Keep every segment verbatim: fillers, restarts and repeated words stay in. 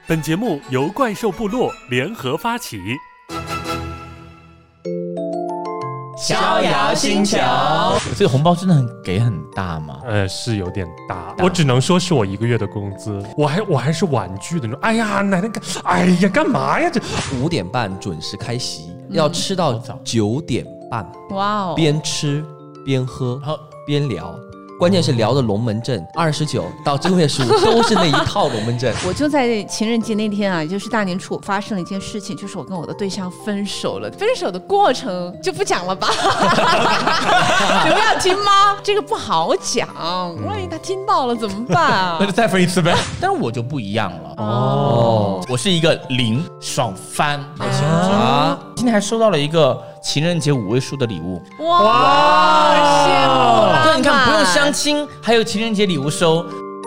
本节目由怪兽部落联合发起。 逍遥星球，这个红包真的很给很大吗？ 呃，是有点大，我只能说是我一个月的工资。我还我还是玩具的那种。哎呀，奶奶干，哎呀，干嘛呀？这五点半准时开席，嗯、要吃到九点半。 哇哦！ 边吃边喝边聊。关键是聊的龙门阵，二十九到正月十五都是那一套龙门阵。 我就在情人节那天啊，就是大年初五发生了一件事情，就是我跟我的对象分手了。分手的过程就不讲了吧？你们要听吗？这个不好讲，万一他听到了怎么办啊？ 那就再分一次呗。但是我就不一样了哦，我是一个零爽翻的情人节啊。今天还收到了一个情人节五位数的礼物， 哇，哇羡慕了！ 对，你看不用相亲，还有情人节礼物收。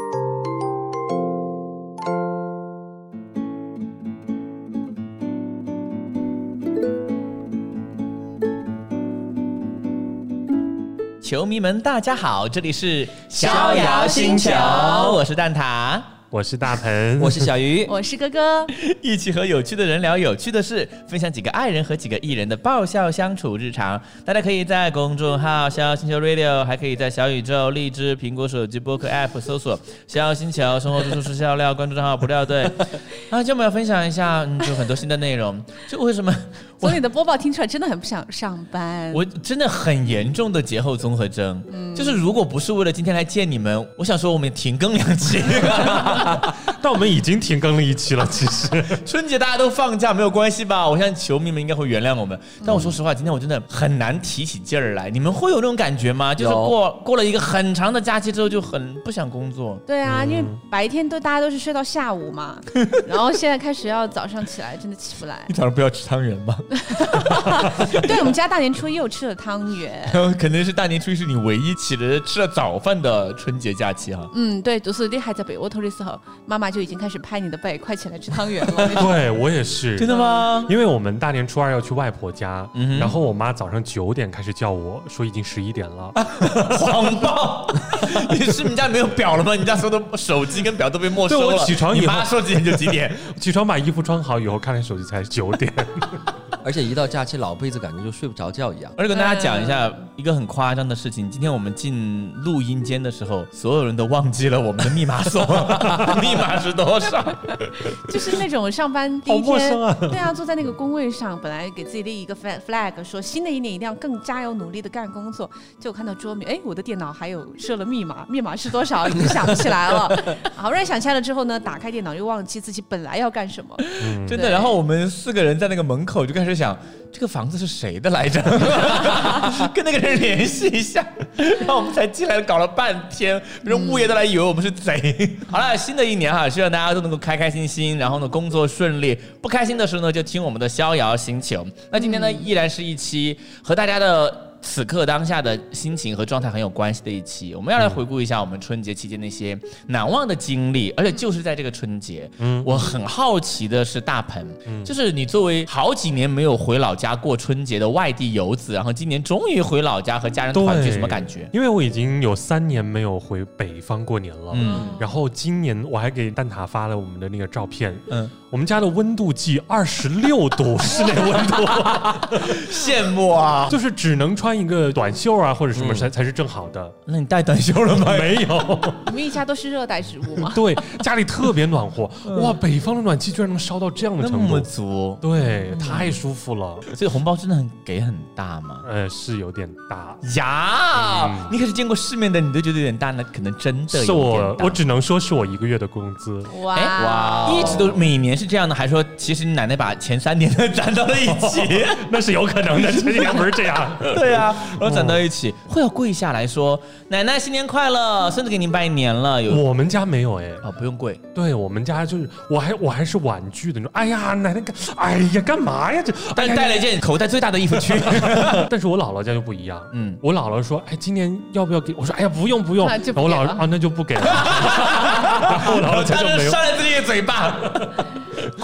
球迷们，大家好，这里是逍遥星球，我是蛋挞。 我是大鹏， 我是小鱼， 我是哥哥， 一起和有趣的人聊有趣的事，分享几个爱人和几个艺人的爆笑相处日常。大家可以在公众号逍遥星球 Radio， 还可以在小宇宙、荔枝、苹果手机播客 App 搜索逍遥星球，生活处处是笑料，关注账号不料对。然后今天我们要分享一下，嗯，就很多新的内容。就为什么从你的播报听出来，真的很不想上班。 我真的很严重的节后综合征，嗯、就是如果不是为了今天来见你们，我想说我们停更两期。 但我们已经停更了一期了，其实春节大家都放假没有关系吧？我相信球迷们应该会原谅我们。但我说实话，今天我真的很难提起劲儿来。你们会有那种感觉吗？就是过过了一个很长的假期之后，就很不想工作。 对啊，嗯、因为白天都大家都是睡到下午嘛，然后现在开始要早上起来，真的起不来。 你早上不要吃汤圆吗？ 对，我们家大年初一又吃了汤圆。 肯定是大年初一是你唯一起了吃了早饭的春节假期哈。 嗯，对，就是你还在被窝头的时候，妈妈就已经开始拍你的背，快起来吃汤圆了。 对，我也是。 真的吗？ 因为我们大年初二要去外婆家，嗯、然后我妈早上九点开始叫我说已经十一点了， 谎报！你是你家没有表了吗？你家所有的手机跟表都被没收了。 对，我起床以后， 你妈说几点就几点， 起床把衣服穿好以后，看看手机才九点。 而且一到假期，老辈子感觉就睡不着觉一样。 而且跟大家讲一下一个很夸张的事情，今天我们进录音间的时候，所有人都忘记了我们的密码锁，密码是多少？ 就是那种上班第一天， 好陌生啊！ 对啊，坐在那个工位上，本来给自己立一个 flag， 说新的一年一定要更加油努力的干工作。结果看到桌面，哎，我的电脑还有设了密码，密码是多少？已经想不起来了。好不容易想起来了之后呢，打开电脑又忘记自己本来要干什么。 嗯、真的，然后我们四个人在那个门口就开始想，这个房子是谁的来着？跟那个人联系一下，然后我们才进来，搞了半天，人物业都来以为我们是贼。好了，新的一年哈，希望大家都能够开开心心，然后呢工作顺利。不开心的时候呢，就听我们的逍遥星球。那今天呢，依然是一期和大家的此刻当下的心情和状态很有关系的一期，我们要来回顾一下我们春节期间那些难忘的经历，而且就是在这个春节，嗯，我很好奇的是大鹏，嗯，就是你作为好几年没有回老家过春节的外地游子，然后今年终于回老家和家人团聚，什么感觉？ 因为我已经有三年没有回北方过年了，嗯，然后今年我还给蛋挞发了我们的那个照片，嗯，我们家的温度计二十六度室内温度， 羡慕啊， 就是只能穿一个短袖啊或者什么才、嗯、才是正好的。 那你带短袖了吗？ 没有。 你们一家都是热带植物吗？ 对，家里特别暖和。哇，北方的暖气居然能烧到这样的程度， 那么足， 对，嗯、太舒服了。 这个红包真的很给很大吗？ 呃，是有点大呀、嗯。你可是见过世面的，你都觉得有点大，那可能真的有点大。 是我，我只能说是我一个月的工资。 哇哇，一直都每年是这样的，还说其实你奶奶把前三年的攒到了一起， 那是有可能的。前几年不是这样。 对啊。然后攒到一起，嗯、会要跪下来说：“奶奶新年快乐，孙子给您拜年了。”有我们家没有哎， 哦，不用跪。 对我们家就是，我还我还是玩具的那种。哎呀，奶奶干，哎呀，干嘛呀？这但带了一件口袋最大的衣服去。 但是我姥姥家就不一样，嗯，我姥姥说：“哎，今年要不要给？”我说：“哎呀，不用不用。”然后我姥姥啊，那就不给了。然后我姥姥家就没有。 扇了自己的嘴巴。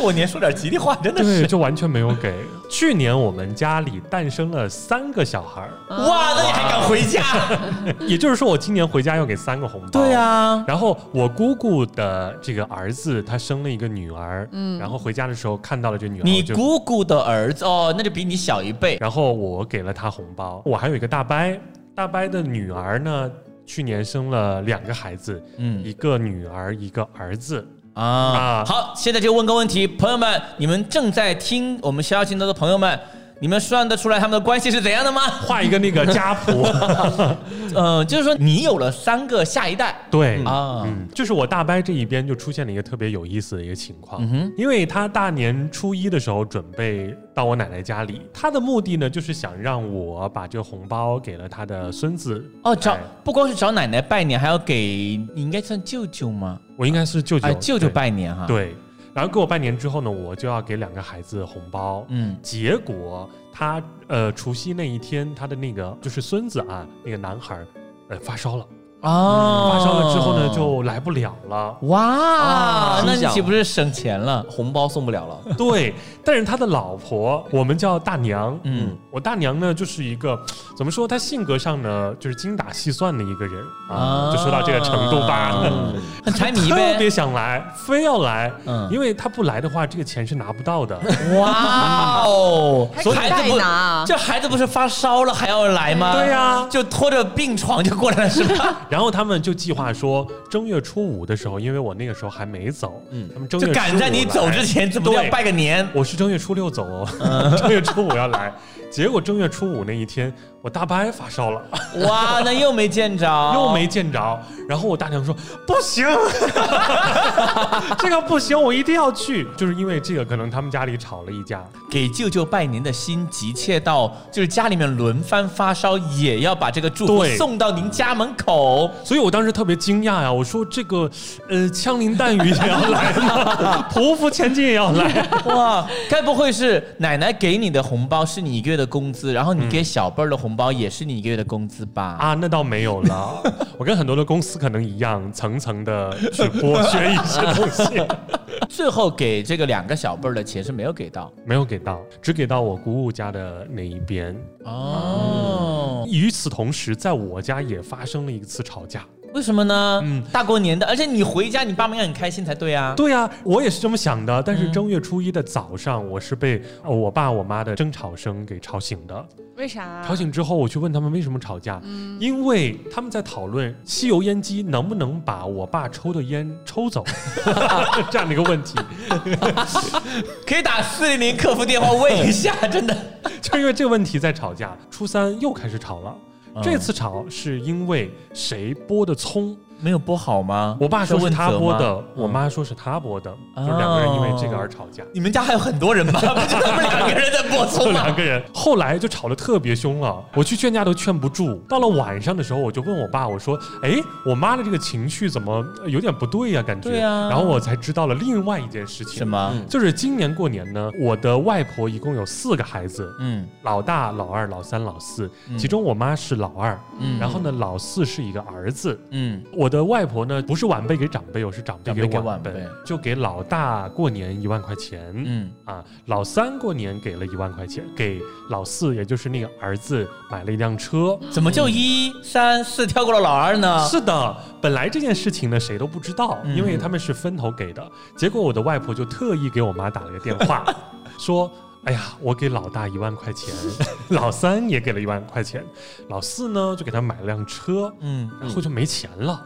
过年说点吉利话，真的是对，就完全没有给。去年我们家里诞生了三个小孩， 哇，那你还敢回家？ 也就是说，我今年回家要给三个红包。 对啊， 然后我姑姑的这个儿子，他生了一个女儿，嗯，然后回家的时候看到了这女儿。 你姑姑的儿子哦，那就比你小一辈。 然后我给了他红包。我还有一个大伯，大伯的女儿呢，去年生了两个孩子，嗯，一个女儿，一个儿子。 啊，啊好，现在就问个问题，朋友们，你们正在听我们逍遥情头的朋友们，你们算得出来他们的关系是怎样的吗？ 画一个那个家谱， 呃，就是说你有了三个下一代， 对啊，嗯，就是我大伯这一边就出现了一个特别有意思的一个情况，嗯、因为他大年初一的时候准备到我奶奶家里，他的目的呢就是想让我把这个红包给了他的孙子。 哦，找不光是找奶奶拜年，还要给你应该算舅舅吗？ 我应该是舅舅， 哎，舅舅拜年哈。 对。然后给我拜年之后呢，我就要给两个孩子红包。嗯，结果他呃除夕那一天，他的那个就是孙子啊，那个男孩呃发烧了。哦，发烧了之后呢，就来不了了。 哇，啊、那你岂不是省钱了？ 红包送不了了。 对，但是他的老婆，我们叫大娘。嗯，我大娘呢，就是一个怎么说？她性格上呢，就是精打细算的一个人啊。就说到这个程度吧， 嗯、很财迷呗， 特别想来，非要来。嗯，因为他不来的话，这个钱是拿不到的。 哇哦， 所以孩子不拿， 这孩子不是发烧了还要来吗？ 对呀、啊， 就拖着病床就过来了，是吧？ 然后他们就计划说，正月初五的时候，因为我那个时候还没走，嗯，他们正月就赶在你走之前，怎么要拜个年？ 我是正月初六走哦，嗯、正月初五要来。结果正月初五那一天，我大伯发烧了， 哇，那又没见着， 又没见着。然后我大娘说不行，这个不行，我一定要去。就是因为这个，可能他们家里吵了一架。 给舅舅拜年的心急切到，就是家里面轮番发烧，也要把这个祝福送到您家门口。 所以我当时特别惊讶呀，我说这个呃枪林弹雨也要来吗？匍匐前进也要来？ 哇，该不会是奶奶给你的红包是你一个月的工资，然后你给小辈儿的红包也是你一个月的工资吧？ 啊，那倒没有了。我跟很多的公司可能一样，层层的去剥削一些东西。 最后给这个两个小辈儿的钱是没有给到， 没有给到，只给到我姑姑家的那一边。哦，与此同时，在我家也发生了一次吵架。 为什么呢？嗯，大过年的，而且你回家，你爸妈应该很开心才对啊。 对啊，我也是这么想的。但是正月初一的早上，我是被我爸我妈的争吵声给吵醒的。 为啥？ 吵醒之后，我去问他们为什么吵架，嗯、因为他们在讨论吸油烟机能不能把我爸抽的烟抽走这样的一个问题。 可以打四零零客服电话问一下，真的， 就因为这个问题在吵架。初三又开始吵了。这次吵是因为谁剥的葱没有剥好吗？ 我爸说是他剥的，我妈说是他剥的，就两个人因为这个而吵架。 你们家还有很多人吗？不就他们两个人在剥葱吗？ 两个人，后来就吵得特别凶了，我去劝架都劝不住。到了晚上的时候，我就问我爸，我说：“哎，我妈的这个情绪怎么有点不对呀？感觉。” 对啊。 然后我才知道了另外一件事情。 什么？ 就是今年过年呢，我的外婆一共有四个孩子，嗯，老大、老二、老三、老四，其中我妈是老二，嗯，然后呢，老四是一个儿子，嗯，我的外婆呢。不是晚辈给长辈，我是长辈给晚辈，就给老大过年一万块钱，嗯啊，老三过年给了一万块钱，给老四也就是那个儿子买了一辆车。 怎么就一三四跳过了老二呢？ 是的，本来这件事情呢谁都不知道，因为他们是分头给的。结果我的外婆就特意给我妈打了个电话，说。哎呀，我给老大一万块钱，老三也给了一万块钱，老四呢就给他买了辆车，嗯，然后就没钱了，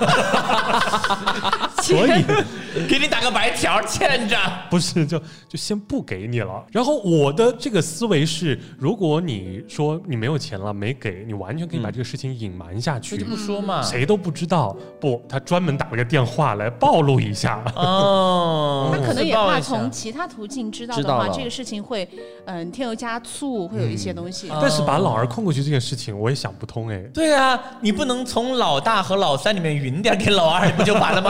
所以给你打个白条欠着， 不是就就先不给你了。然后我的这个思维是，如果你说你没有钱了没给，你完全可以把这个事情隐瞒下去， 就不说嘛， 谁都不知道。不，他专门打了个电话来暴露一下。 哦，他可能也怕从其他途径知道的话，这个事情。会嗯添油加醋，会有一些东西、 嗯、但是把老二控过去这件事情我也想不通哎。 对啊，你不能从老大和老三里面匀点给老二不就完了吗？大家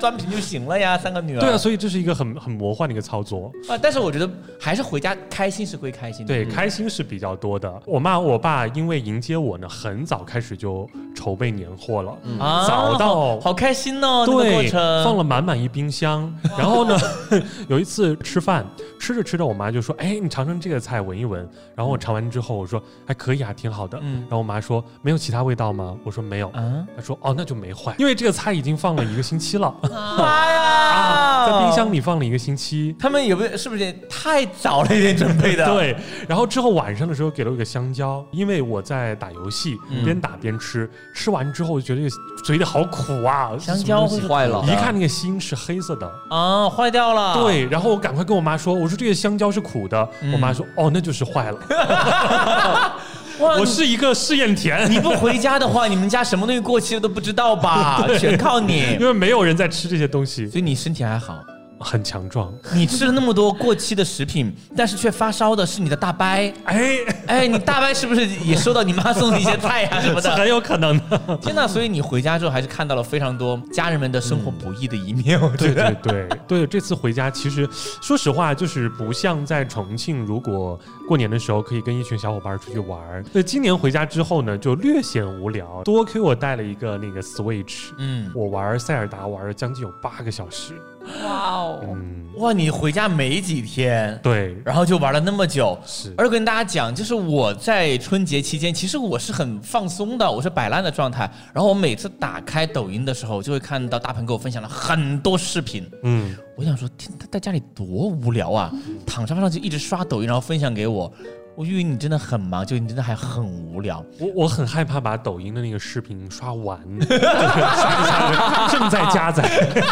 端平就行了呀，三个女儿。 对啊，所以这是一个很很魔幻的一个操作啊。但是我觉得还是回家开心是归开心的， 对，嗯、开心是比较多的。我妈我爸因为迎接我呢，很早开始就筹备年货了，嗯、早到、 啊、好, 好开心哦， 对， 那个过程放了满满一冰箱。然后呢，有一次吃饭吃着吃着，我妈就说：“哎，你尝尝这个菜，闻一闻。”然后我尝完之后，我说：“还可以啊，挺好的。嗯”然后我妈说：“没有其他味道吗？”我说：“没有。嗯”她说：“哦，那就没坏，因为这个菜已经放了一个星期了。” 妈呀、 啊！在冰箱里放了一个星期， 他们有没有是不是太早了一点准备的？ 对。然后之后晚上的时候给了我一个香蕉，因为我在打游戏，嗯、边打边吃，吃完之后就觉得嘴里好苦啊， 香蕉会坏了， 一看那个心是黑色的啊，坏掉了。 对，然后我赶快跟我妈说，我说这个香蕉是苦的，嗯、我妈说哦，那就是坏了。我是一个试验田， 你不回家的话，你们家什么东西过期了都不知道吧？全靠你， 因为没有人在吃这些东西， 所以你身体还好。 很强壮， 你吃了那么多过期的食品，但是却发烧的是你的大伯。哎哎，你大伯是不是也收到你妈送的一些菜啊什么的？ 很有可能的。 天哪！所以你回家之后还是看到了非常多家人们的生活不易的一面。嗯、 对对对对，这次回家其实说实话，就是不像在重庆，如果过年的时候可以跟一群小伙伴出去玩。对，今年回家之后呢，就略显无聊。多亏我带了一个那个 Switch， 嗯，我玩塞尔达玩了将近有八个小时。 哇哦， 嗯，哇！你回家没几天， 对， 然后就玩了那么久， 是。 而跟大家讲，就是我在春节期间，其实我是很放松的，我是摆烂的状态。然后我每次打开抖音的时候，就会看到大鹏给我分享了很多视频，嗯，我想说，天，他在家里多无聊啊，躺沙发上就一直刷抖音，然后分享给我。我以为你真的很忙，就你真的还很无聊。 我我很害怕把抖音的那个视频刷完，刷着刷着正在加载。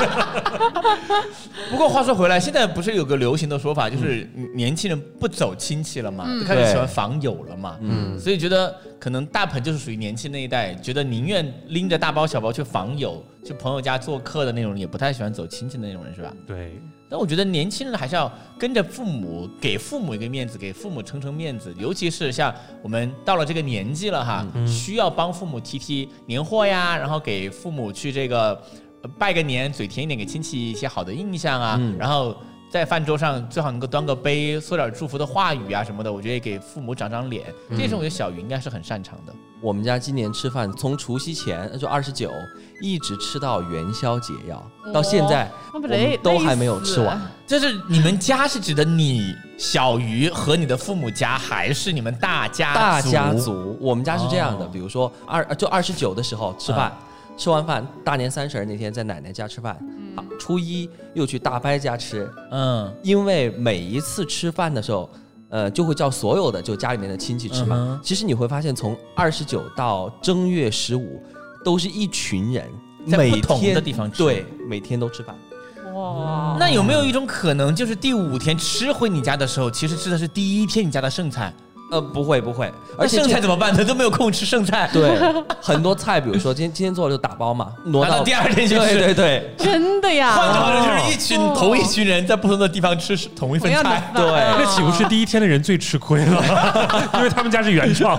不过话说回来，现在不是有个流行的说法，就是年轻人不走亲戚了嘛，嗯、就开始喜欢访友了嘛。嗯，所以觉得可能大鹏就是属于年轻那一代，觉得宁愿拎着大包小包去访友、去朋友家做客的那种，也不太喜欢走亲戚的那种人，是吧？ 对。 但我觉得年轻人还是要跟着父母，给父母一个面子，给父母撑撑面子。尤其是像我们到了这个年纪了哈，嗯、需要帮父母提提年货呀，然后给父母去这个拜个年，嘴甜一点，给亲戚一些好的印象啊。嗯、然后在饭桌上最好能够端个杯，说点祝福的话语啊什么的，我觉得也给父母长长脸。嗯、这种我觉得小鱼应该是很擅长的。 我们家今年吃饭从除夕前就二十九一直吃到元宵节要，到现在我们都还没有吃完。 就是你们家是指的你小鱼和你的父母家，还是你们大家族？ 大家族，我们家是这样的，哦、比如说二就二十九的时候吃饭。嗯吃完饭，大年三十那天在奶奶家吃饭，嗯、初一又去大伯家吃。嗯，因为每一次吃饭的时候，呃，就会叫所有的就家里面的亲戚吃嘛。嗯、其实你会发现，从二十九到正月十五，都是一群人， 在不同的地方吃， 对，每天都吃饭。 哇，那有没有一种可能，就是第五天吃回你家的时候，其实吃的是第一天你家的剩菜？ 呃，不会不会， 而且剩菜怎么办呢？都没有空吃剩菜。 对，很多菜，比如说今天今天做的就打包嘛，挪到第二天就吃。 对对对， 真的呀。 换句话说，就是一群、哦、同一群人在不同的地方吃同一份菜。 对， 那岂不是第一天的人最吃亏了？因为他们家是原创。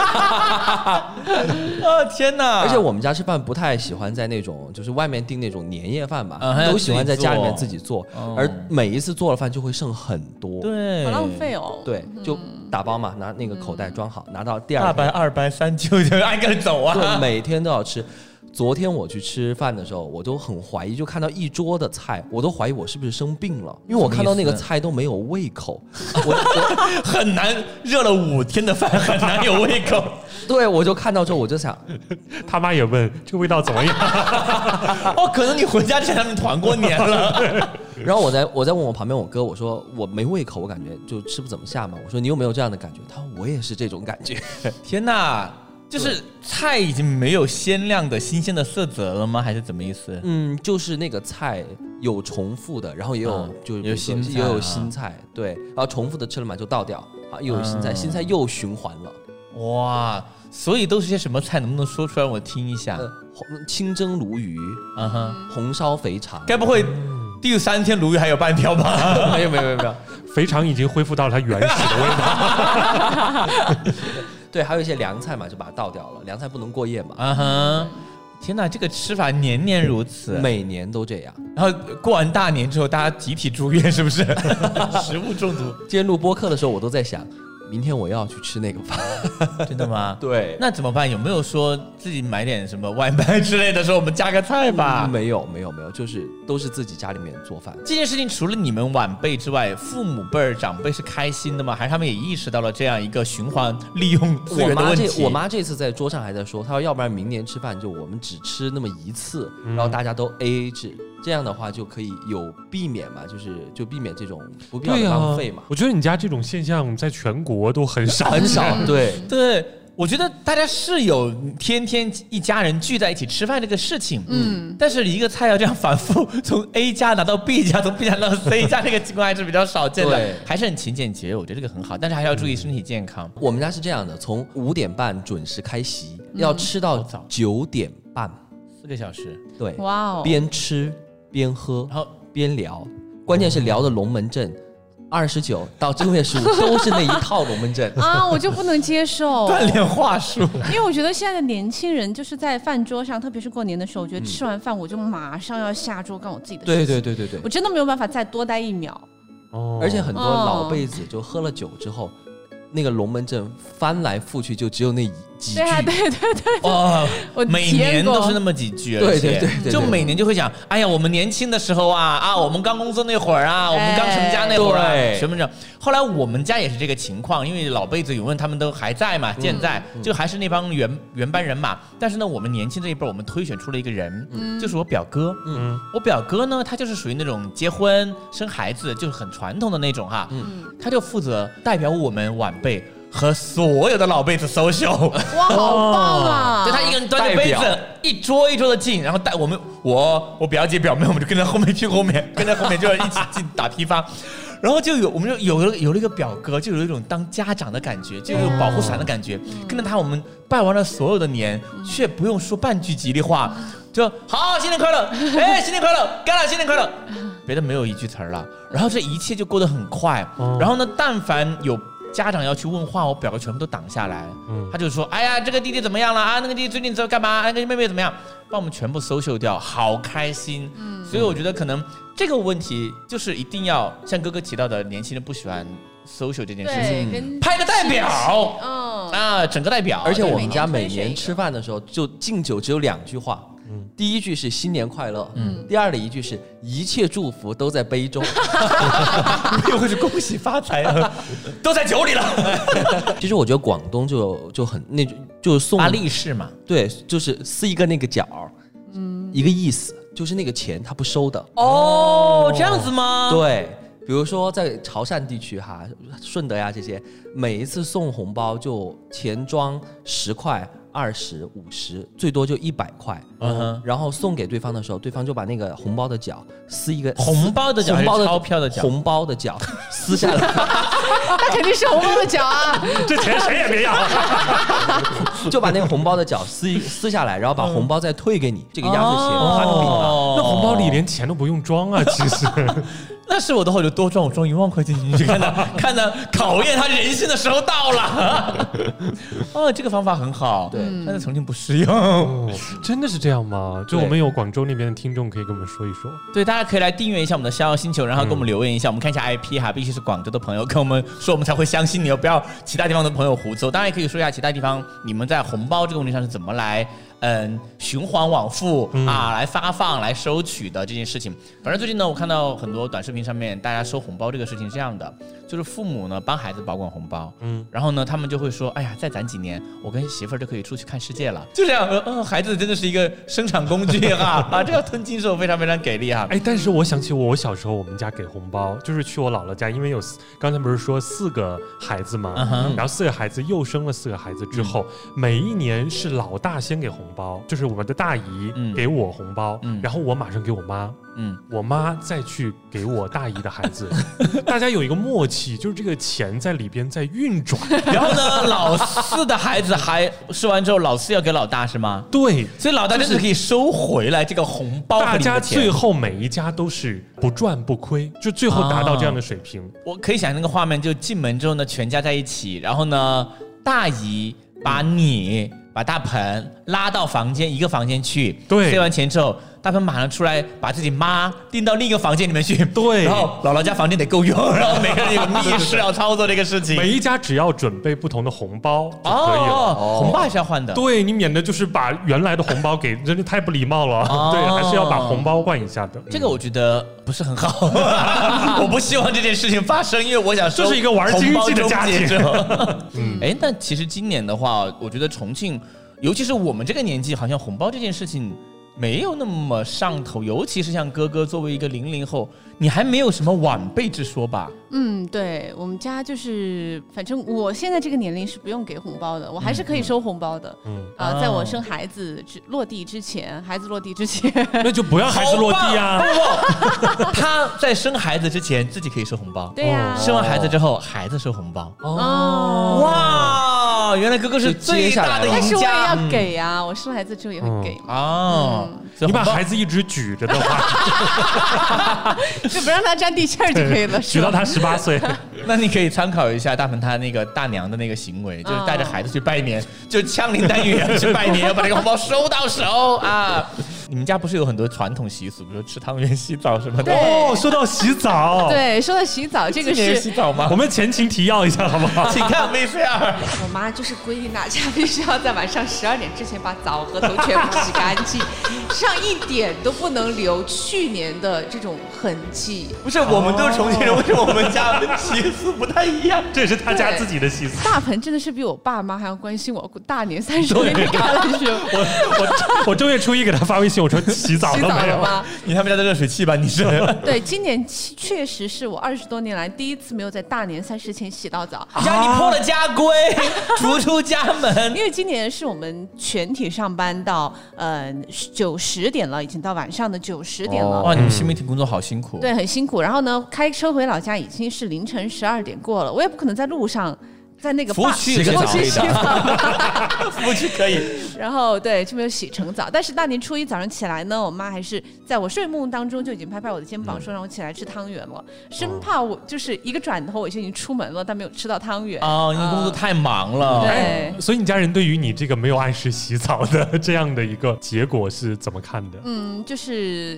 哦天哪！ 而且我们家吃饭不太喜欢在那种就是外面订那种年夜饭吧，嗯、都喜欢在家里面自己做，嗯、而每一次做了饭就会剩很多。 对， 好浪费哦。 对，就打包嘛。拿那个口袋装好，嗯、拿到第二天大班、二班、三舅就挨个走啊！ 对，每天都要吃。昨天我去吃饭的时候，我都很怀疑，就看到一桌的菜，我都怀疑我是不是生病了，因为我看到那个菜都没有胃口。我我很难，热了五天的饭很难有胃口。 对，我就看到之后我就想， 他妈也问这个味道怎么样？ 哦，可能你回家之前他们团过年了。 然后我在我在问我旁边我哥，我说我没胃口，我感觉就吃不怎么下嘛。我说你有没有这样的感觉？他说我也是这种感觉。 天哪！就是菜已经没有鲜亮的新鲜的色泽了吗？还是怎么意思？ 嗯，就是那个菜有重复的，然后也有、嗯、就有新菜， 也有新菜，对，然后重复的吃了嘛就倒掉，啊，又有新菜，嗯、新菜又循环了。 哇，所以都是些什么菜？能不能说出来我听一下？呃、 清蒸鲈鱼，嗯哼，红烧肥肠， 该不会第三天鲈鱼还有半条吧？ 没有没有没有没有， 肥肠已经恢复到了它原始的味道。 对，还有一些凉菜嘛，就把它倒掉了。凉菜不能过夜嘛。 啊哈， 天哪，这个吃法年年如此， 每年都这样。 然后过完大年之后，大家集体住院，是不是？食物中毒。 今天录播客的时候，我都在想，明天我要去吃那个饭。 真的吗？ 对。 那怎么办？有没有说自己买点什么外卖之类的，说我们加个菜吧？ 嗯、没有，没有，没有，就是都是自己家里面做饭。 这件事情除了你们晚辈之外，父母辈儿、长辈是开心的吗？还是他们也意识到了这样一个循环利用资源的问题？ 我妈这我妈这次在桌上还在说，她说要不然明年吃饭就我们只吃那么一次，嗯、然后大家都 A A 制。这样的话就可以有避免嘛，就是就避免这种不必要的浪费嘛、 啊。我觉得你家这种现象在全国都很少很少，对对。我觉得大家是有天天一家人聚在一起吃饭这个事情，嗯，但是一个菜要这样反复从 A 家拿到 B 家，从 B 家拿到 C 家，这个情况还是比较少见的，还是很勤俭节约，我觉得这个很好，但是还是要注意身体健康。 我们家是这样的，从五点半准时开席，嗯、要吃到九点半， 四个小时， 对， 哇哦， 边吃边喝，然后边聊，关键是聊的龙门阵。二十九到正月十五都是那一套龙门阵啊，我就不能接受锻炼话术， 因为我觉得现在的年轻人就是在饭桌上，特别是过年的时候，我觉得吃完饭我就马上要下桌干我自己的事情。 对对对对对， 我真的没有办法再多待一秒。 哦，而且很多老辈子就喝了酒之后，那个龙门阵翻来覆去就只有那几句。 对啊，对对对对。 哦，每年都是那么几句， 对对对对， 就每年就会讲，哎呀，我们年轻的时候啊啊，我们刚工作那会儿啊，我们刚成家那会儿啊，全部这样。后来我们家也是这个情况，因为老辈子永远他们都还在嘛，健在，就还是那帮原原班人马。但是呢，我们年轻这一辈，我们推选出了一个人，就是我表哥。嗯，我表哥呢，他就是属于那种结婚生孩子就是很传统的那种哈，嗯，他就负责代表我们晚辈和所有的老辈子 social， 哇，好棒啊！ 就他一个人端着杯子，一桌一桌的敬，然后带我们，我我表姐表妹，我们就跟在后面屁股后面，跟在后面就一起敬打批发。然后就有我们就有了有了一个表哥，就有一种当家长的感觉，就有保护伞的感觉。跟着他，我们拜完了所有的年，却不用说半句吉利话，就好新年快乐，哎新年快乐，干了新年快乐，别的没有一句词儿了。然后这一切就过得很快。然后呢，但凡有家长要去问话，我表哥全部都挡下来。嗯，他就说：“哎呀，这个弟弟怎么样了啊？那个弟弟最近在干嘛？那个妹妹怎么样？”把我们全部搜秀掉，好开心。嗯，所以我觉得可能这个问题就是一定要像哥哥提到的，年轻人不喜欢搜秀这件事情，派个代表，嗯啊，整个代表。 而且我们家每年吃饭的时候，就敬酒只有两句话。嗯，第一句是新年快乐，嗯，第二的一句是一切祝福都在杯中， 又会是恭喜发财了，都在酒里了。 其实我觉得广东就就很那就送阿力士嘛， 对，就是撕一个那个角，嗯，一个意思就是那个钱他不收的。 哦，这样子吗？ 对。比如说在潮汕地区哈，顺德呀这些，每一次送红包就钱装十块、二十、五十，最多就一百块。嗯哼，然后送给对方的时候，对方就把那个红包的角撕一个红包的角， 红包的钞票的角， 红包的角撕下来， 那肯定是红包的角啊！ 这钱谁也别要， 就把那个红包的角撕撕下来，然后把红包再退给你，这个压岁钱摊平了。 那红包里连钱都不用装啊，其实。 那是我的话，我就多装，我装一万块钱进去，看到看到考验他人性的时候到了。哦，这个方法很好， 对， 但是重庆不适用。 哦，真的是这样吗？就我们有广州那边的听众可以跟我们说一说。 对，大家可以来订阅一下我们的逍遥星球，然后跟我们留言一下，嗯、我们看一下 I P 哈，必须是广州的朋友跟我们说，我们才会相信你哦，不要其他地方的朋友胡诌。当然也可以说一下其他地方你们在红包这个问题上是怎么来。嗯，循环往复、嗯、啊，来发放、来收取的这件事情。反正最近呢，我看到很多短视频上面，大家收红包这个事情是这样的，就是父母呢帮孩子保管红包，嗯，然后呢，他们就会说，哎呀，再攒几年，我跟媳妇儿就可以出去看世界了。就这样，呃，孩子真的是一个生产工具哈啊，这个吞金兽非常非常给力哈。 哎，但是我想起我小时候，我们家给红包，就是去我姥姥家，因为有刚才不是说四个孩子嘛，嗯、然后四个孩子又生了四个孩子之后，嗯、每一年是老大先给红包，就是我们的大姨给我红包，嗯、然后我马上给我妈，嗯，我妈再去给我大姨的孩子，大家有一个默契，就是这个钱在里边在运转。 然后呢，老四的孩子还收完之后，老四要给老大是吗？ 对， 所以老大就是可以收回来这个红包。 大家最后每一家都是不赚不亏，就最后达到这样的水平。 啊、我可以想那个画面，就进门之后呢，全家在一起，然后呢，大姨把你。 把大盆拉到房间一个房间去， 对， 塞完钱之后，大盆马上出来把自己妈订到另一个房间里面去， 对， 然后姥姥家房间得够用，然后每个人有密室要操作这个事情， 每一家只要准备不同的红包就可以了， 哦，红包还是要换的， 对你免得就是把原来的红包给，真的太不礼貌了，哦、对，还是要把红包换一下的。 这个我觉得不是很好，我不希望这件事情发生，因为我想收这是一个玩经济的家庭。 嗯，哎，但其实今年的话，我觉得重庆，尤其是我们这个年纪，好像红包这件事情没有那么上头，尤其是像哥哥作为一个零零后，你还没有什么晚辈之说吧？ 嗯，对，我们家就是，反正我现在这个年龄是不用给红包的，我还是可以收红包的。嗯啊、呃，在我生孩子落地之前，孩子落地之前， 那就不要孩子落地啊！ 不不，他在生孩子之前自己可以收红包， 对呀、啊， 生完孩子之后孩子收红包。哦，哇，原来哥哥是最大的赢家， 但是我也要给啊，我生孩子之后也会给嘛。 哦、 嗯，你把孩子一直举着的话， 就不让他沾地气儿就可以了， 举到他十八岁。 那你可以参考一下大鹏他那个大娘的那个行为，就是带着孩子去拜年，就枪林弹雨去拜年，要把这个红包收到手啊。你们家不是有很多传统习俗，比如说吃汤圆、洗澡什么的？ 哦，说到洗澡， 对，说到洗澡，这个是洗澡吗？ 我们前情提要一下好不好？ 请看 V C R。 我妈就是规定大家必须要在晚上十二点之前把澡和头全部洗干净，上一点都不能留去年的这种痕迹。 不是，我们都是重庆人，为什么我们家的习俗不太一样？ 这也是他家自己的习俗。 大鹏真的是比我爸妈还要关心我大年三十那天干了什么。 我我我正月初一给他发微信，我说洗澡了没有？ 你他们家的热水器吧？你是？ 对，今年确实是我二十多年来第一次没有在大年三十前洗到澡。 呀，你破了家规，逐出家门。 因为今年是我们全体上班到呃九十点了，已经到晚上的九十点了。 哇，你们新媒体工作好辛苦。 对，很辛苦。然后呢，开车回老家已经是凌晨十二点过了，我也不可能在路上。在那个服务区洗澡，服务区洗澡， 服务区可以。 然后对，就没有洗成澡。但是大年初一早上起来呢，我妈还是在我睡梦当中就已经拍拍我的肩膀，说让我起来吃汤圆了，生怕我就是一个转头我就已经出门了，但没有吃到汤圆。 哦，因为工作太忙了。 对， 所以你家人对于你这个没有按时洗澡的这样的一个结果是怎么看的？ 嗯，就是。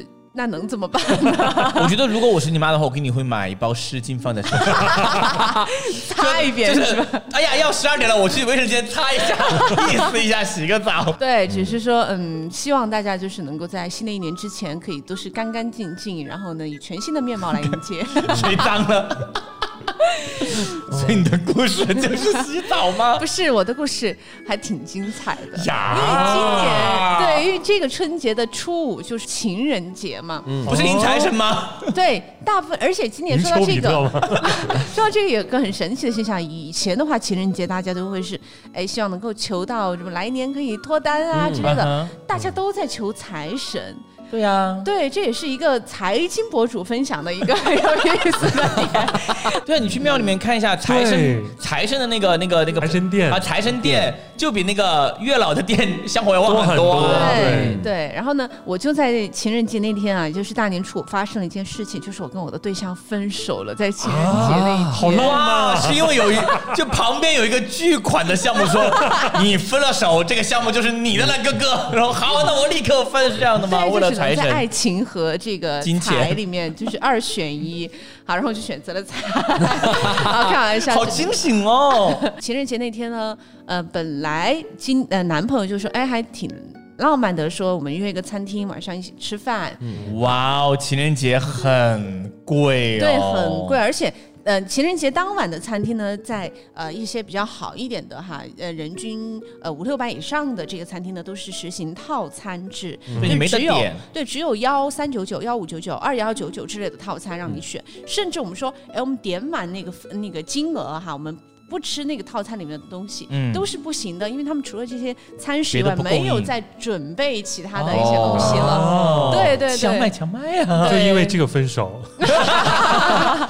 那能怎么办呢？ 我觉得如果我是你妈的话，我给你会买一包湿巾放在身上， 擦一遍是吧？ 哎呀，要十二点了，我去卫生间擦一下，意思一下，洗个澡。 对，只是说，嗯，希望大家就是能够在新的一年之前，可以都是干干净净，然后呢，以全新的面貌来迎接。 谁脏了？所以你的故事就是洗澡吗？ 不是，我的故事还挺精彩的呀。 因为今年对，因为这个春节的初五就是情人节嘛， 嗯、不是迎财神吗？ 对，大部分，而且今年说到这个，说到这个有个很神奇的现象，以前的话情人节大家都会是，哎，希望能够求到什么来年可以脱单啊之类的，嗯、大家都在求财神。 对呀、啊， 对，这也是一个财经博主分享的一个很有意思的点。 对，你去庙里面看一下财神，财神的那个那个那个财神殿啊，财神殿就比那个月老的殿香火要旺很多。 对对，然后呢，我就在情人节那天啊，就是大年初五发生了一件事情，就是我跟我的对象分手了，在情人节那一天。啊、 好浪漫啊！ 是因为有一就旁边有一个巨款的项目说你分了手，这个项目就是你的了，哥哥。然后好，那我立刻分，是这样的吗？为了财神。 在爱情和这个财里面，就是二选一。好，然后我就选择了财。好，开玩笑。 好惊醒哦！ 情人节那天呢，呃，本来今呃男朋友就说，哎，还挺浪漫的，说我们约一个餐厅，晚上一起吃饭。 嗯、哇哦，情人节很贵哦。 对，很贵，而且。呃，情人节当晚的餐厅呢，在呃一些比较好一点的哈，呃人均呃五六百以上的这个餐厅呢，都是实行套餐制， 嗯、你没得点， 对，只有幺三九九、幺五九九、二幺九九之类的套餐让你选，嗯、甚至我们说，哎，我们点满那个那个金额哈，我们不吃那个套餐里面的东西，嗯、都是不行的，因为他们除了这些餐食以外，没有再准备其他的一些东西了。 哦、 对对对， 强卖强卖啊！ 就因为这个分手。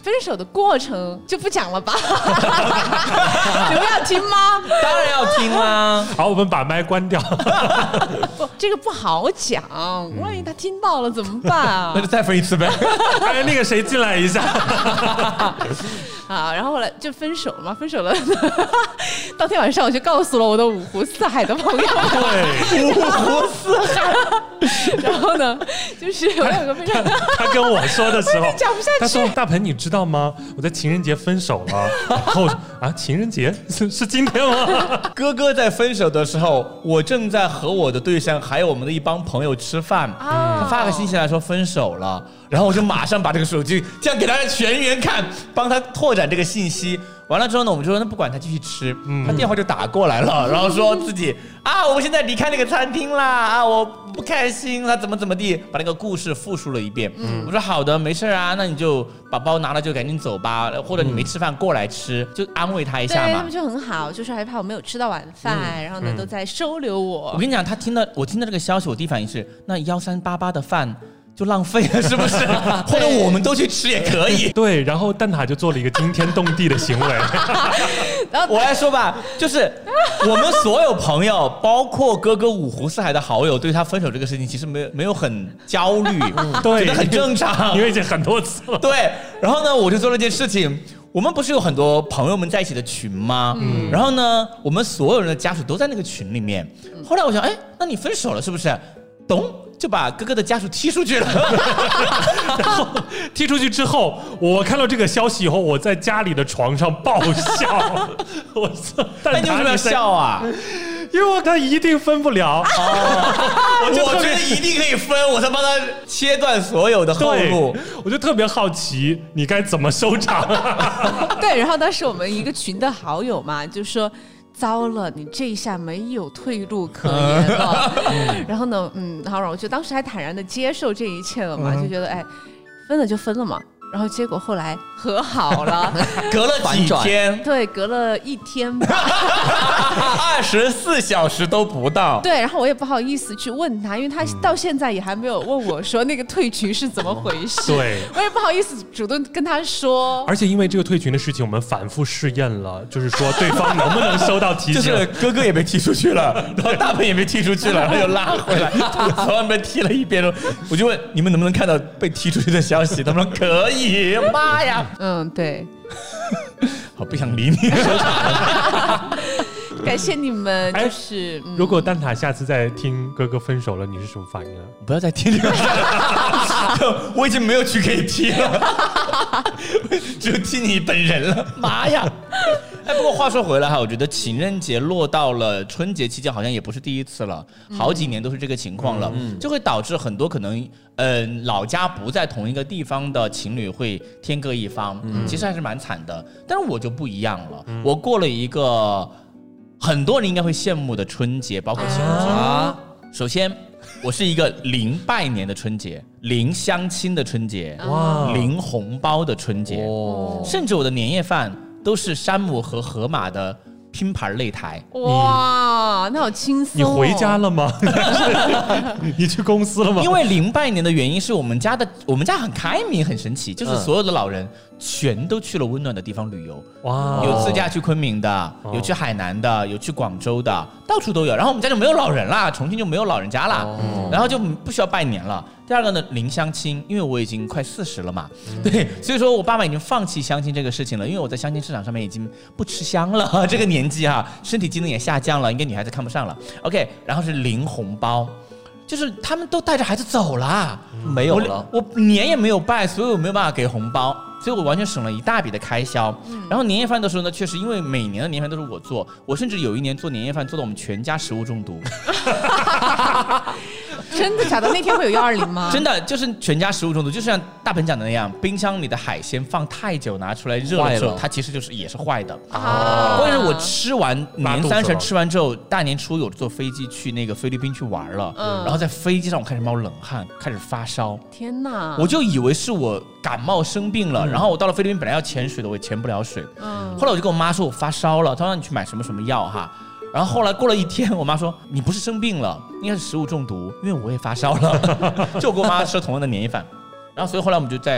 分手的过程就不讲了吧？你们要听吗？ 当然要听啦。 好，我们把麦关掉。 不，这个不好讲，万一他听到了怎么办啊？ 那就再分一次呗。 哎，那个谁进来一下。 啊，然后后来就分手了嘛，分手了。当天晚上我就告诉了我的五湖四海的朋友， 对， 五湖四海。然后呢，就是我有个非常， 他跟我说的时候， 讲不下去。 他说：“大鹏，你知道吗？我在情人节分手了。”然后我说：“啊，情人节是是今天吗？” 哥哥在分手的时候，我正在和我的对象还有我们的一帮朋友吃饭，哦、他发个信息来说分手了，然后我就马上把这个手机这样给他全员看，帮他拓展这个信息。完了之后呢，我们就说那不管他继续吃，嗯、他电话就打过来了，然后说自己啊，我们现在离开那个餐厅啦，啊，我不开心，他怎么怎么地，把那个故事复述了一遍。嗯、我说好的，没事啊，那你就把包拿了就赶紧走吧，或者你没吃饭过来吃，就安慰他一下嘛。 对，他们就很好，就是还怕我没有吃到晚饭，嗯、然后呢、嗯、都在收留我。 我跟你讲，他听到我听到这个消息，我第一反应是那幺三八八的饭。就浪费了，是不是？或者我们都去吃也可以。 对，然后蛋挞就做了一个惊天动地的行为。 我来说吧，就是我们所有朋友，包括哥哥五湖四海的好友，对他分手这个事情，其实没有没有很焦虑， 对， 觉得很正常， 因为已经很多次了。 对，然后呢，我就做了一件事情。我们不是有很多朋友们在一起的群吗？嗯，然后呢，我们所有人的家属都在那个群里面。后来我想，哎，那你分手了是不是？懂。就把哥哥的家属踢出去了。 然后踢出去之后，我看到这个消息以后，我在家里的床上爆笑。我操！ 那你为什么要笑啊？ 因为我他一定分不了。 哦、我, 就我觉得一定可以分，我才帮他切断所有的后路。 我就特别好奇，你该怎么收场？ 对，然后当时我们一个群的好友嘛，就说。糟了，你这一下没有退路可言了。然后呢，嗯，好，我就当时还坦然的接受这一切了嘛，嗯、就觉得哎，分了就分了嘛。然后结果后来和好了， 隔了几天， 对，隔了一天吧， 二十四小时都不到。 对，然后我也不好意思去问他，因为他到现在也还没有问我说那个退群是怎么回事。 对， 我也不好意思主动跟他说。 而且因为这个退群的事情，我们反复试验了，就是说对方能不能收到提醒。 就是哥哥也被踢出去了，然后大鹏也被踢出去了，然后又拉回来，从来被踢了一遍。我就问你们能不能看到被踢出去的消息？他们说可以。妈呀！ 嗯，对， 好不想理你。 感谢你们，就是、 嗯、如果蛋挞下次再听哥哥分手了，你是什么反应啊？ 不要再听这个，我已经没有曲可以踢了，只有踢你本人了。妈呀！哎，不过话说回来哈，我觉得情人节落到了春节期间，好像也不是第一次了，好几年都是这个情况了，嗯、就会导致很多可能嗯、呃、老家不在同一个地方的情侣会天各一方，嗯、其实还是蛮惨的。但是我就不一样了，嗯、我过了一个很多人应该会羡慕的春节，包括情人节。啊、首先，我是一个零拜年的春节，零相亲的春节，哇，零红包的春节，哦、甚至我的年夜饭。都是山姆和河马的拼盘擂台。 哇，那好轻松、哦！ 你回家了吗？你去公司了吗？ 因为零拜年的原因是我们家的，我们家很开明，很神奇，就是所有的老人全都去了温暖的地方旅游。哇，有自驾去昆明的，有去海南的，有去广州的，到处都有。然后我们家就没有老人啦，重庆就没有老人家啦，哦、然后就不需要拜年了。第二个呢，零相亲，因为我已经快四十了嘛，嗯、对，所以说我爸妈已经放弃相亲这个事情了，因为我在相亲市场上面已经不吃香了，这个年纪哈，身体机能也下降了，应该女孩子看不上了。OK， 然后是零红包，就是他们都带着孩子走了， 嗯、没有了， 我, 我年也没有拜，所以我没有办法给红包。所以我完全省了一大笔的开销，嗯、然后年夜饭的时候呢，确实因为每年的年夜饭都是我做，我甚至有一年做年夜饭做到我们全家食物中毒。 真的假的？那天会有幺二零吗？ 真的，就是全家食物中毒，就像大鹏讲的那样，冰箱里的海鲜放太久拿出来热了之后，它其实就是也是坏的啊。或者是我吃完年三十吃完之后，大年初有坐飞机去那个菲律宾去玩了，嗯、然后在飞机上我开始冒冷汗，开始发烧。 天哪！ 我就以为是我感冒生病了，嗯、然后我到了菲律宾本来要潜水的，我也潜不了水。嗯，后来我就跟我妈说我发烧了，她说你去买什么什么药哈。然后后来过了一天，我妈说你不是生病了，应该是食物中毒，因为我也发烧了。就我跟我妈吃同样的年夜饭，然后所以后来我们就在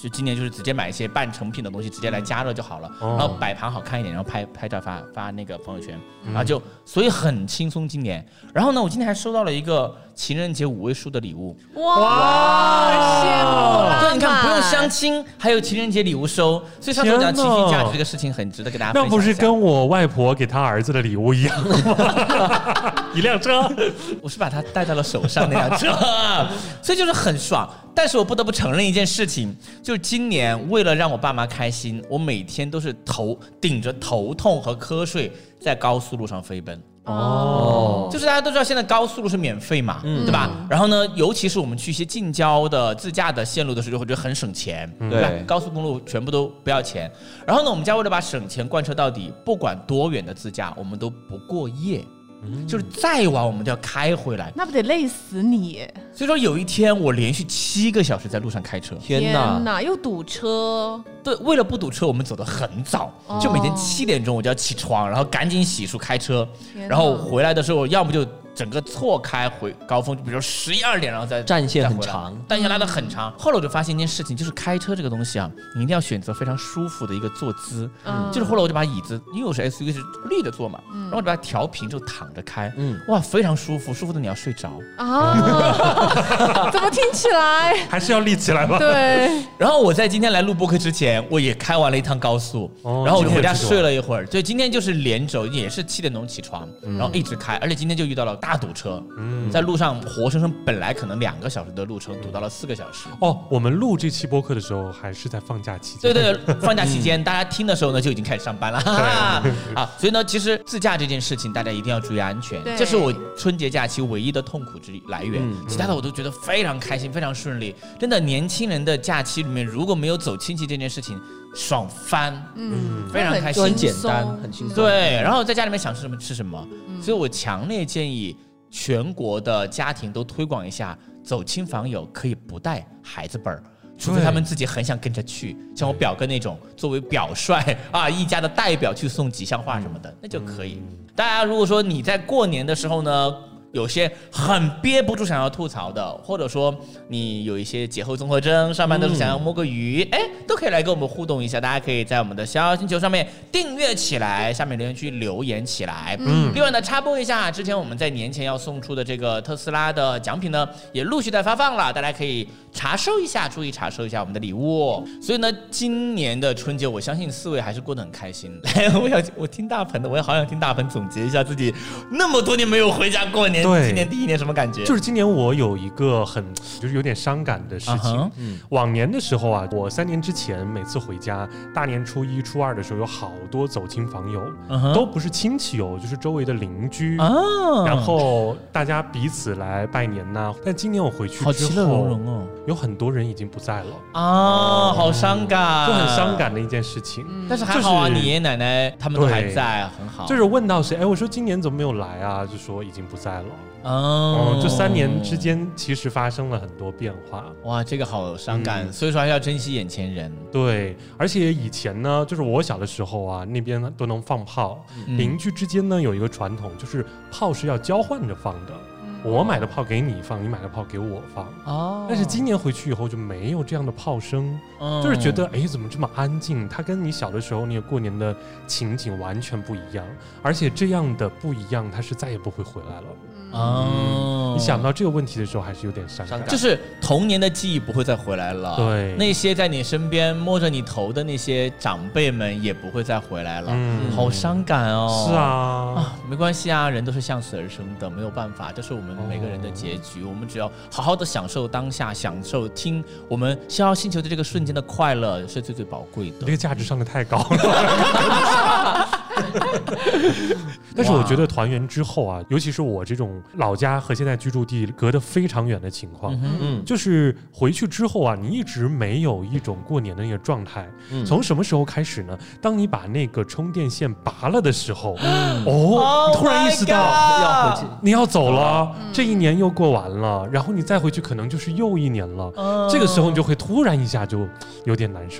就今年就是直接买一些半成品的东西，直接来加热就好了，然后摆盘好看一点，然后拍拍照发发那个朋友圈，然后就所以很轻松今年。然后呢，我今天还收到了一个情人节五位数的礼物， 哇，羡慕了！ 对，你看不用相亲，还有情人节礼物收，所以上次我讲情绪价值这个事情很值得给大家分享一下。 那不是跟我外婆给她儿子的礼物一样吗？一辆车， 我是把它戴到了手上那辆车，所以就是很爽。但是我不得不承认一件事情，就是今年为了让我爸妈开心，我每天都是头顶着头痛和瞌睡在高速路上飞奔。哦，就是大家都知道现在高速路是免费嘛，嗯、对吧？然后呢，尤其是我们去一些近郊的自驾的线路的时候，会觉得很省钱，嗯、对吧？高速公路全部都不要钱。然后呢，我们家为了把省钱贯彻到底，不管多远的自驾，我们都不过夜。就是再晚我们都要开回来， 那不得累死你！ 所以说有一天我连续七个小时在路上开车， 天哪， 天哪，又堵车。 对，为了不堵车，我们走得很早，哦、就每天七点钟我就要起床，然后赶紧洗漱开车，然后回来的时候要么就整个错开回高峰，就比如说十一二点，然后再战线很长， 战线拉得很长。后来我就发现一件事情，就是开车这个东西啊，你一定要选择非常舒服的一个坐姿。嗯，就是后来我就把椅子，因为我是 S U V 是立着坐嘛，嗯、然后我就把它调平，就躺着开。嗯，哇，非常舒服，舒服的你要睡着啊！怎么听起来还是要立起来吧？ 对。 然后我在今天来录播客之前，我也开完了一趟高速，哦、然后我就回家睡了一会儿。所以今天就是连轴，也是七点钟起床，嗯、然后一直开，而且今天就遇到了大堵车，嗯、在路上活生生本来可能两个小时的路程，堵到了四个小时。 哦，我们录这期播客的时候还是在放假期间。 对对对，放假期间，大家听的时候呢就已经开始上班了。啊，所以呢，其实自驾这件事情大家一定要注意安全，这是我春节假期唯一的痛苦之来源。嗯、其他的我都觉得非常开心，非常顺利。真的，年轻人的假期里面如果没有走亲戚这件事情，爽翻，嗯，非常开心， 很简单，很轻松。 对，然后在家里面想吃什么吃什么，嗯、所以我强烈建议全国的家庭都推广一下，走亲访友可以不带孩子本儿。除非他们自己很想跟着去，像我表哥那种作为表率啊一家的代表去送吉祥话什么的，那就可以。大家如果说你在过年的时候呢，有些很憋不住想要吐槽的，或者说你有一些节后综合征，上班都是想要摸个鱼，哎、嗯，都可以来跟我们互动一下。大家可以在我们的逍遥星球上面订阅起来，下面留言区留言起来。嗯，另外呢，插播一下，之前我们在年前要送出的这个特斯拉的奖品呢，也陆续在发放了，大家可以查收一下，注意查收一下我们的礼物。所以呢，今年的春节，我相信四位还是过得很开心。来，我想我听大鹏的，我也好想听大鹏总结一下自己那么多年没有回家过年。 对， 今年第一年什么感觉？ 就是今年我有一个很就是有点伤感的事情。Uh-huh, 嗯、往年的时候啊，我三年之前每次回家，大年初一、初二的时候，有好多走亲访友， uh-huh, 都不是亲戚哦，就是周围的邻居。Uh-huh, 然后大家彼此来拜年呐、啊。但今年我回去之后， 好其乐融融哦， 有很多人已经不在了啊，好伤感， 就很伤感的一件事情。 嗯、但是还好啊，就是、你爷爷奶奶他们都还在，很好。 就是问到谁，哎，我说今年怎么没有来啊？就说已经不在了。哦、嗯，就三年之间，其实发生了很多变化。 哇，这个好伤感，嗯、所以说还是要珍惜眼前人。 对，而且以前呢，就是我小的时候啊，那边都能放炮，嗯、邻居之间呢有一个传统，就是炮是要交换着放的。我买的炮给你放，你买的炮给我放。哦，但是今年回去以后就没有这样的炮声，嗯、就是觉得哎，怎么这么安静？它跟你小的时候那个过年的情景完全不一样，而且这样的不一样，它是再也不会回来了。哦、嗯，你想到这个问题的时候，还是有点伤感。 就是童年的记忆不会再回来了。 对， 那些在你身边摸着你头的那些长辈们也不会再回来了。嗯，好伤感哦。 是啊， 啊，没关系啊，人都是向死而生的，没有办法，这是我们每个人的结局。哦、我们只要好好的享受当下，享受听我们逍遥星球的这个瞬间的快乐，是最最宝贵的。 这个价值上的太高了。但是我觉得团圆之后啊，尤其是我这种老家和现在居住地隔得非常远的情况，嗯、就是回去之后啊，你一直没有一种过年的那个状态。嗯、从什么时候开始呢？当你把那个充电线拔了的时候，嗯、哦，你突然意识到要回去，你要走了，嗯、这一年又过完了，然后你再回去可能就是又一年了。嗯、这个时候你就会突然一下就有点难受了。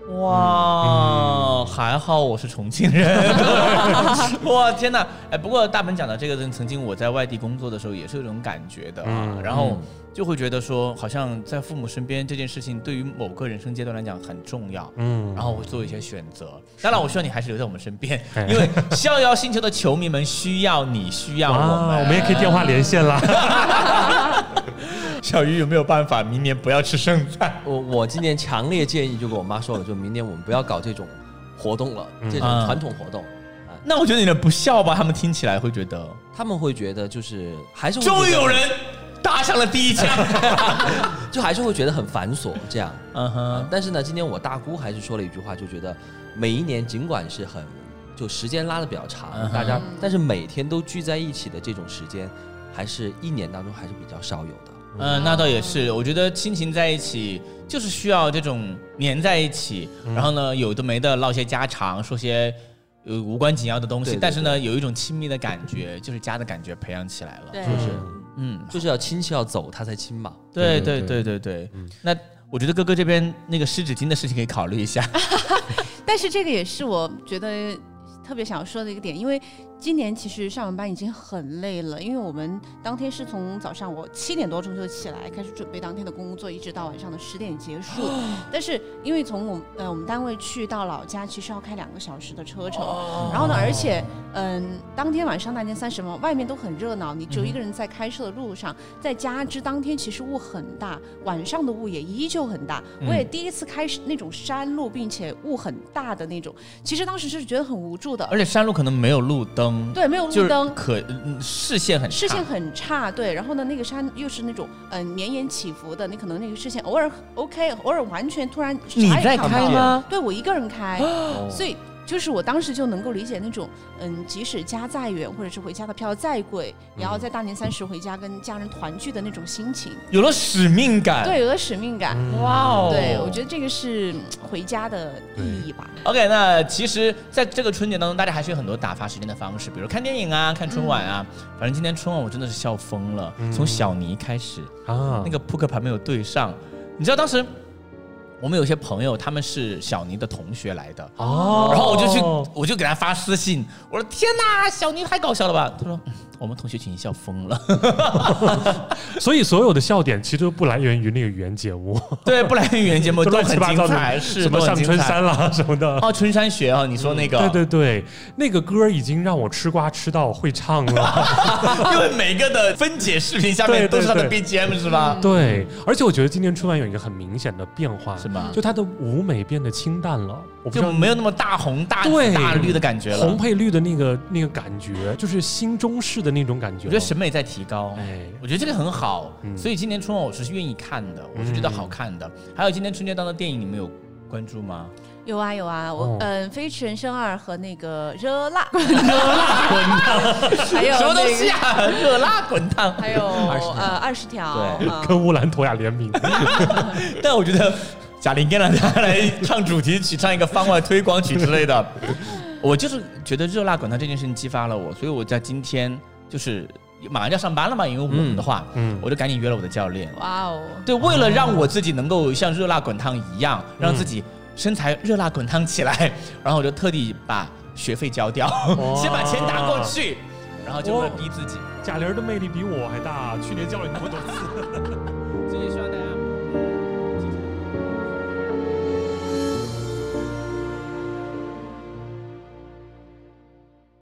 哇，嗯、还好我是重庆人。哇，天哪！哎，不过大本讲的这个，曾经我在外地工作的时候也是有种感觉的啊。嗯、然后就会觉得说，好像在父母身边这件事情，对于某个人生阶段来讲很重要。嗯，然后会做一些选择。当然，我希望你还是留在我们身边，因为逍遥星球的球迷们需要你，需要我们。 我们也可以电话连线啦。 小鱼有没有办法明年不要吃剩菜？ 我我今年强烈建议，就跟我妈说了，就明年我们不要搞这种活动了，嗯、这种传统活动。 啊、那我觉得你的不孝吧，他们听起来会觉得， 他们会觉得就是还是终于有人打响了第一枪， 就还是会觉得很繁琐这样。嗯哼、啊。但是呢，今天我大姑还是说了一句话，就觉得每一年尽管是很就时间拉得比较长，嗯、大家但是每天都聚在一起的这种时间，还是一年当中还是比较少有的。 嗯，那倒也是。我觉得亲情在一起就是需要这种黏在一起，嗯、然后呢，有的没的唠些家常，说些呃无关紧要的东西，对对对，但是呢，有一种亲密的感觉，就是家的感觉培养起来了。 就是，嗯，就是要亲戚要走，他才亲嘛。 对对对对对。嗯、那我觉得哥哥这边那个湿纸巾的事情可以考虑一下。 但是这个也是我觉得特别想说的一个点，因为今年其实上完班已经很累了，因为我们当天是从早上我七点多钟就起来开始准备当天的工作，一直到晚上的十点结束。但是因为从我们呃我们单位去到老家，其实要开两个小时的车程，然后呢，而且嗯、呃、当天晚上大年三十嘛，外面都很热闹，你只有一个人在开车的路上，再加之当天其实雾很大，晚上的雾也依旧很大。我也第一次开那种山路，并且雾很大的那种，其实当时是觉得很无助的。 而且山路可能没有路灯。 对，没有路灯， 可视线很差， 视线很差。对，然后呢，那个山又是那种嗯、呃、绵延起伏的，你可能那个视线偶尔 OK， 偶尔完全突然你在开吗？ 对，我一个人开，哦、所以就是我当时就能够理解那种嗯，即使家再远，或者是回家的票再贵，也要在大年三十回家跟家人团聚的那种心情， 有了使命感。 对，有了使命感。 嗯、哇哦！ 对，我觉得这个是回家的意义吧。 OK， 那其实在这个春节当中，大家还是有很多打发时间的方式，比如看电影啊、看春晚啊。嗯、反正今天春晚我真的是笑疯了，嗯、从小尼开始啊，那个扑克牌没有对上，你知道当时。我们有些朋友他们是小尼的同学来的哦，然后我就去我就给他发私信，我说天哪，小尼太搞笑了吧？他说、嗯、我们同学群笑疯了。 所以所有的笑点其实都不来源于那个语言节目， 对，不来源于语言节目都很精彩，是什么上春山啦什么的哦，春山学啊，你说那个、 嗯、对对对，那个歌已经让我吃瓜吃到会唱了。 因为每个的分解视频下面都是他的 B G M 是吧？ 对，而且我觉得今年春晚有一个很明显的变化， 是吗？ 就它的舞美变得清淡了，我不就没有那么大红大紫大绿的感觉了， 红配绿的那个那个感觉，就是新中式的那种感觉。 我觉得审美在提高，哎，我觉得这个很好，嗯、所以今年春晚我是愿意看的，我是觉得好看的。嗯、还有今年春节档的电影，你们有关注吗？ 有啊有啊，我嗯，哦《飞驰人生二》和那个热辣热辣滚烫， 还有、那个、 什么东西啊？热辣滚烫， 还有呃二十条， 对，嗯、跟乌兰托娅联名。 但我觉得贾玲跟让他来唱主题曲，唱一个番外推广曲之类的。我就是觉得热辣滚烫这件事情激发了我，所以我在今天就是马上就要上班了嘛，因为我们的话，嗯，我就赶紧约了我的教练。哇哦，对，为了让我自己能够像热辣滚烫一样，让自己身材热辣滚烫起来，然后我就特地把学费交掉，先把钱打过去，然后就会逼自己。 贾玲的魅力比我还大，去年教了你那么多次。 所以希望大家。